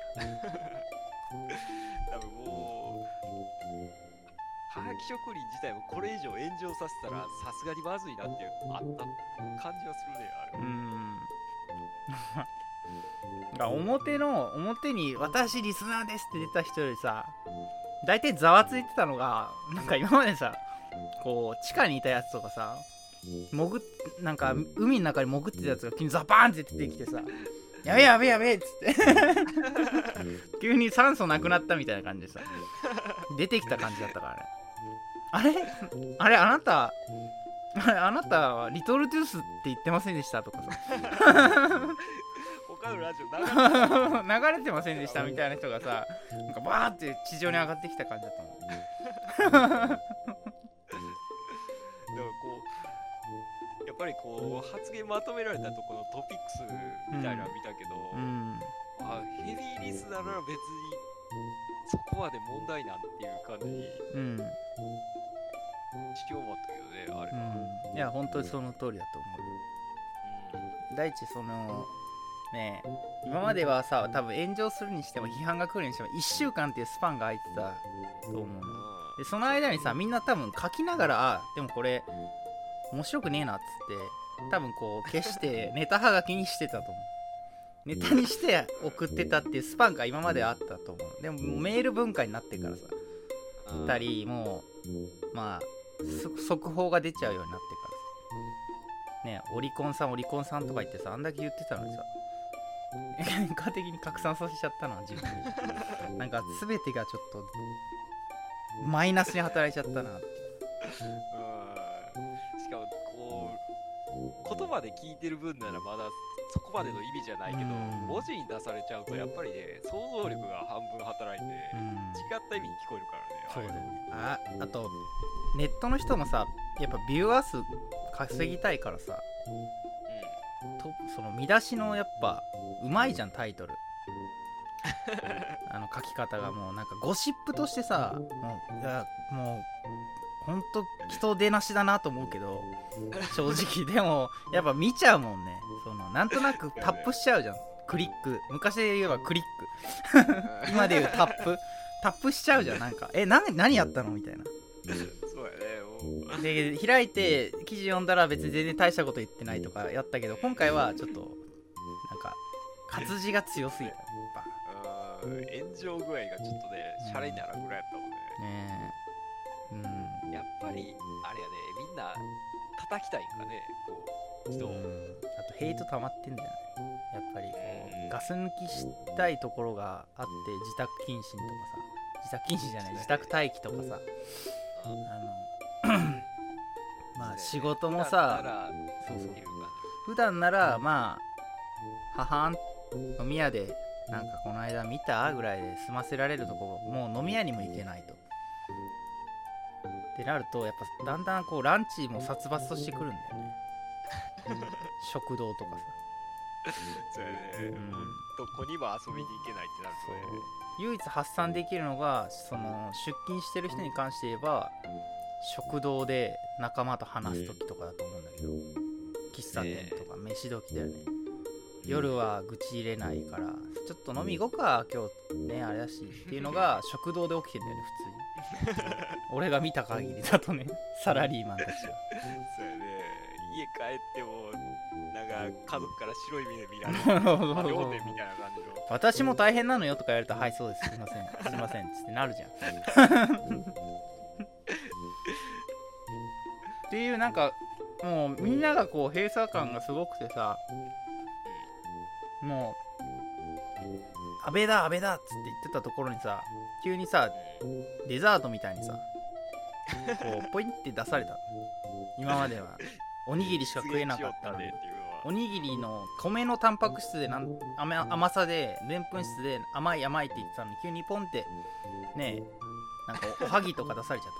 多分もうはがき職人自体もこれ以上炎上させたらさすがにまずいなっていうあった感じはするねあれは。 うん表の表に私リスナーですって出た人よりさ大体ざわついてたのがなんか今までさこう地下にいたやつとかさ潜っなんか海の中に潜ってたやつが急にザバーンって出てきてさやべやべやべっつって急に酸素なくなったみたいな感じでさ出てきた感じだったからねあれあれあなたあれあなたはリトルトゥースって言ってませんでしたとかさ他のラジオ流れ流れてませんでしたみたいな人がさなんかバーって地上に上がってきた感じだったもんだからこうやっぱりこう発言まとめられたところのトピックスみたいなの見たけど、 うん、 あヘビーリスナーなら別にそこまで問題なんていう感じにしようもあったけどね、あれは、 うん、いや本当にその通りだと思う、うん、第一そのね今まではさ多分炎上するにしても批判が来るにしてもいっしゅうかんっていうスパンが空いてたと思うのでその間にさみんな多分書きながらあでもこれ面白くねえなっつって多分こう消してネタはがきにしてたと思うネタにして送ってたっていうスパンが今まであったと思うでもメール文化になってからさふたりもうまあ速報が出ちゃうようになってからさねオリコンさんオリコンさんとか言ってさあんだけ言ってたのにさ結果的に拡散させちゃったな自分になんか全てがちょっとマイナスに働いちゃったなってしかもこう言葉で聞いてる分ならまだそこまでの意味じゃないけど文字に出されちゃうとやっぱりね想像力が半分働いて違った意味に聞こえるからね。 そうだよね。ああとネットの人もさやっぱビューアー数稼ぎたいからさ、うん、とその見出しのやっぱうまいじゃんタイトルあの書き方がもうなんかゴシップとしてさもういやもうほんと人出なしだなと思うけど正直でもやっぱ見ちゃうもんねそのなんとなくタップしちゃうじゃんクリック昔で言えばクリック今で言うタップタップしちゃうじゃんなんかえな何やったのみたいなそうやねもうで開いて記事読んだら別に全然大したこと言ってないとかやったけど今回はちょっとなんか活字が強すぎた炎上具合がちょっとねシャレにならんぐらいやったもんね。 ねえ、うん、 やっぱりあれやねみんな叩きたいんかねこう人を、うん、 あとヘイト溜まってんじゃないやっぱりこう、うん、ガス抜きしたいところがあって自宅謹慎とかさ自宅謹慎じゃない自宅待機とかさ、うん、あのまあ仕事もさそうそう普段ならまあははん飲み屋でなんかこの間見たぐらいで済ませられるとこもう飲み屋にも行けないとってなるとやっぱだんだんこうランチも殺伐としてくるんだよね食堂とかさそうやね、 うん、 どこにも遊びに行けないってなるとね。 唯一発散できるのがその出勤してる人に関して言えば食堂で仲間と話す時とかだと思うんだけど、喫茶店とか飯時だよね。夜は愚痴入れないからちょっと飲み行こうか今日ねあれだしっていうのが食堂で起きてんだよね普通に俺が見た限りだとねサラリーマンたちはそうやね、家帰ってもなんか家族から白い目で見られるまあ両面みたいな感じの私も大変なのよとか言われるとはいそうですすいませんすいませんつってなるじゃんっていうなんかもうみんながこう閉鎖感がすごくてさもう安倍だ安倍だっつって言ってたところにさ急にさデザートみたいにさこうポインって出された今まではおにぎりしか食えなかったのにおにぎりの米のタンパク質でなん 甘, 甘さででんぷん質で甘い甘いって言ってたのに急にポンってねえなんか お, おはぎとか出されちゃ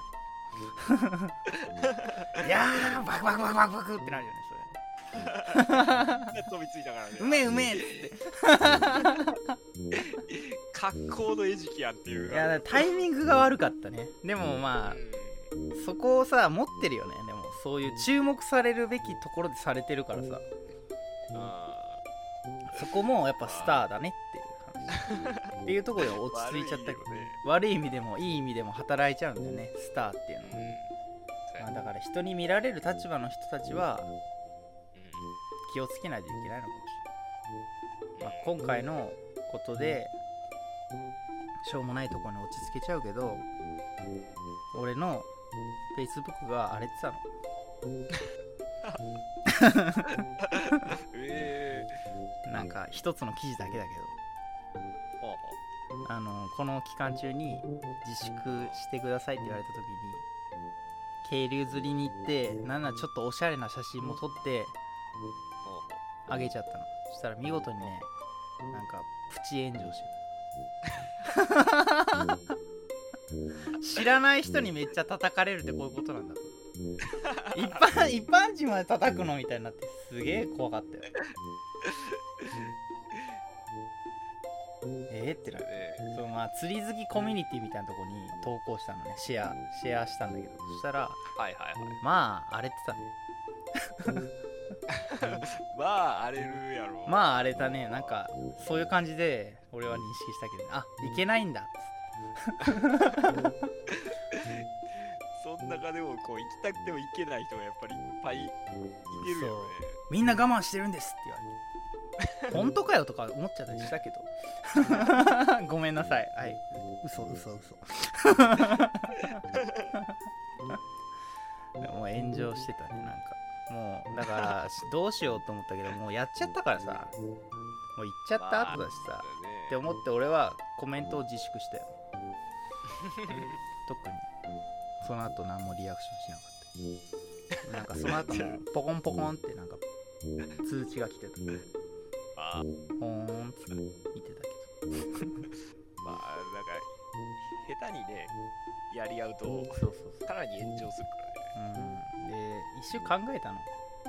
ったいやーバクバクバクバクバクってなるよねそれ飛びついたからねうめえうめえっつって格好の餌食やんっていういやタイミングが悪かったねでもまあそこをさ持ってるよねでもそういう注目されるべきところでされてるからさあそこもやっぱスターだねっていう話っていうところで落ち着いちゃったけど悪いよね悪い意味でもいい意味でも働いちゃうんだよねスターっていうのは、 うんまあ、だから人に見られる立場の人たちは気をつけないといけないのかもしれない、まあ、今回のことでしょうもないところに落ち着けちゃうけど俺の Facebook が荒れてたのえー、 なんか一つの記事だけだけほうほどあのこの期間中に自粛してくださいって言われた時に渓流釣りに行ってなんならちょっとおしゃれな写真も撮ってうほうほあげちゃったのそしたら見事にねなんかプチ炎上してた知らない人にめっちゃ叩かれるってこういうことなんだと一般一般人まで叩くのみたいになってすげえ怖かったよえーってなってねそうまあ釣り好きコミュニティみたいなとこに投稿したのねシェアシェアしたんだけどそしたらはいはいはいまあ荒れてたねまあ荒れるやろまあ荒れたねなんかそういう感じで俺は認識したけど、ね、あいけないんだっつってそん中でもこう行きたくても行けない人がやっぱりいっぱいいてるよねみんな我慢してるんですって言われて本当かよとか思っちゃったりしたけどごめんなさいはい嘘嘘嘘でも炎上してたねなんかもうだからどうしようと思ったけどもうやっちゃったからさもう行っちゃった後だしさ、 まあって思って俺はコメントを自粛したよ特にその後何もリアクションしなかったなんかその後もポコンポコンってなんか通知が来てたああほーんって見てたけどまあなんか下手にねやり合うとそうそうそうさらに炎上するからねうんで一瞬考えたの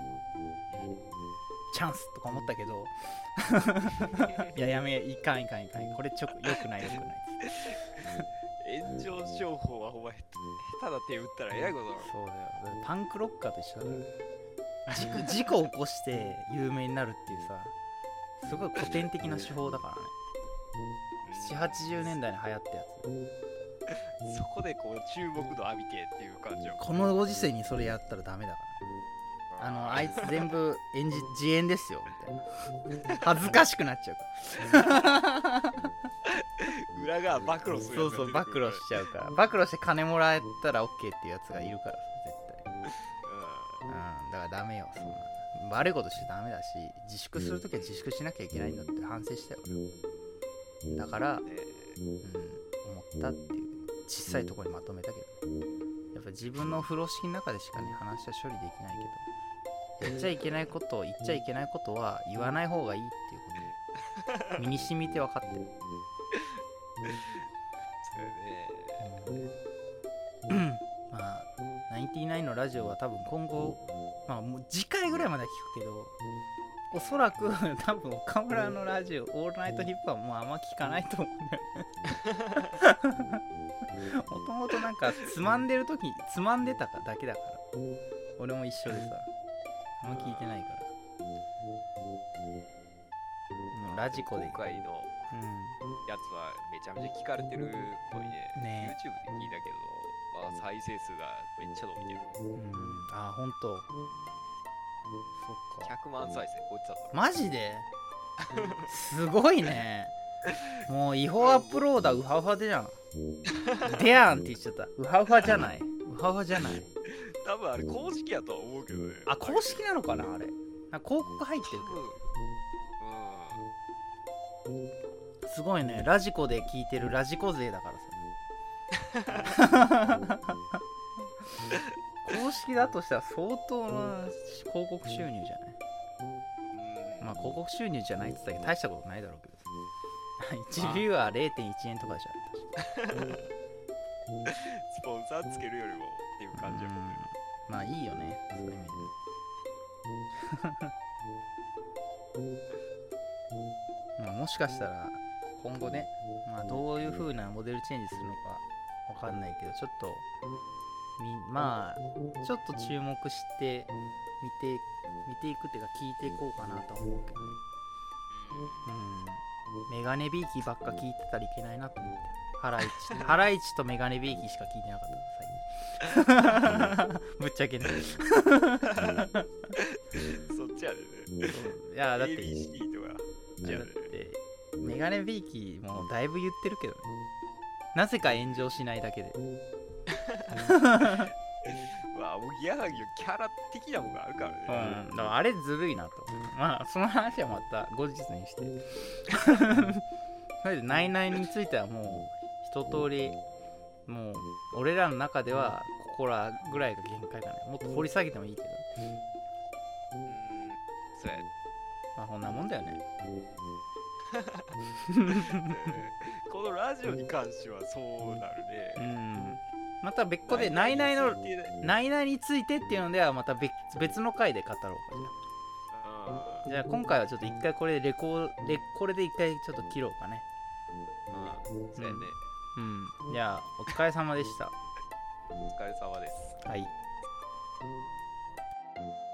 チャンスとか思ったけどいややめいかんいかんいかんこれちょよくないよくない炎上商法はお前下手な手打ったらえらいことだろそうだよだってパンクロッカーと一緒だから事故事故を起こして有名になるっていうさすごい古典的な手法だからねななじゅうはちじゅうねんだいに流行ったやつそこでこう注目度浴びてっていう感じよこのご時世にそれやったらダメだからねあのあいつ全部演じ自演ですよみたいな恥ずかしくなっちゃうから裏側暴露するそうそう暴露しちゃうから暴露して金もらえたら OK っていうやつがいるからさ絶対うんだからダメよそんな悪いことしちゃダメだし自粛するときは自粛しなきゃいけないんだって反省したよ俺だから、 うんねうん、思ったっていう小さいところにまとめたけどやっぱ自分の風呂敷の中でしかね話は処理できないけど言っちゃいけないことを言っちゃいけないことは言わない方がいいっていうこと身に染みて分かってる。 そうよね。 まあナインティナインのラジオは多分今後、まあもう次回ぐらいまでは聞くけど、おそらく多分岡村のラジオオールナイトヒップはもうあんま聞かないと思うんだよね。もともとなんかつまんでる時つまんでたかだけだから、俺も一緒でさ、あんま聞いてないから。もうラジコで、 今回のうん、 やつはめちゃめちゃ聞かれてるっぽいね。 ね YouTube で聞いたけど、まあ、再生数がめっちゃ伸びてる。 うん、あほんと、そっか、 ひゃくまん再生超えてたから。 マジですごいね。もう違法アップローダーウハウハでじゃん。でやんって言っちゃった。ウハウハじゃない。ウハウハじゃない。 多分あれ公式やとは思うけどね。 あ、公式なのかなあれ。なんか広告入ってるけど。すごいね。ラジコで聞いてるラジコ勢だからさ。公式だとしたら相当な広告収入じゃない。まあ広告収入じゃないって言ったけど大したことないだろうけどさ。いちビューは れいてんいちえんとかじゃない。 スポンサーつけるよりもっていう感じやもんね。 まあいいよね、そういう意味で。まあもしかしたら今後ね、まあ、どういう風なモデルチェンジするのかわかんないけど、ちょっとみまあちょっと注目して見て見ていくっていうか聞いていこうかなと思うけどね。うん、メガネビーキばっか聞いてたらいけないなと思って。ハライチハライチとメガネビーキしか聞いてなかった最近。ぶっちゃけね。 そっちやでね。 いやだってエービーシー とかじゃあね。 だってメガネビーキもだいぶ言ってるけどね。なぜか炎上しないだけで。 まあ、おぎやはぎのキャラ的なものがあるからね。 うん、だからあれずるいなと。まあその話はまた後日にして。それでナイナイについてはもう一通り、もう俺らの中ではここらぐらいが限界かね。もっと掘り下げてもいいけど。 うん、そうや。 まあこんなもんだよね。 このラジオに関してはそうなるね。 うん。また別個でナイナイのナイナイについてっていうのではまた 別, 別の回で語ろうかじゃあ。じゃあ今回はちょっと一回これでレコレこれで一回ちょっと切ろうかね。 うん、そうやね。 うん。じゃあお疲れ様でした。 お疲れ様です。 はい。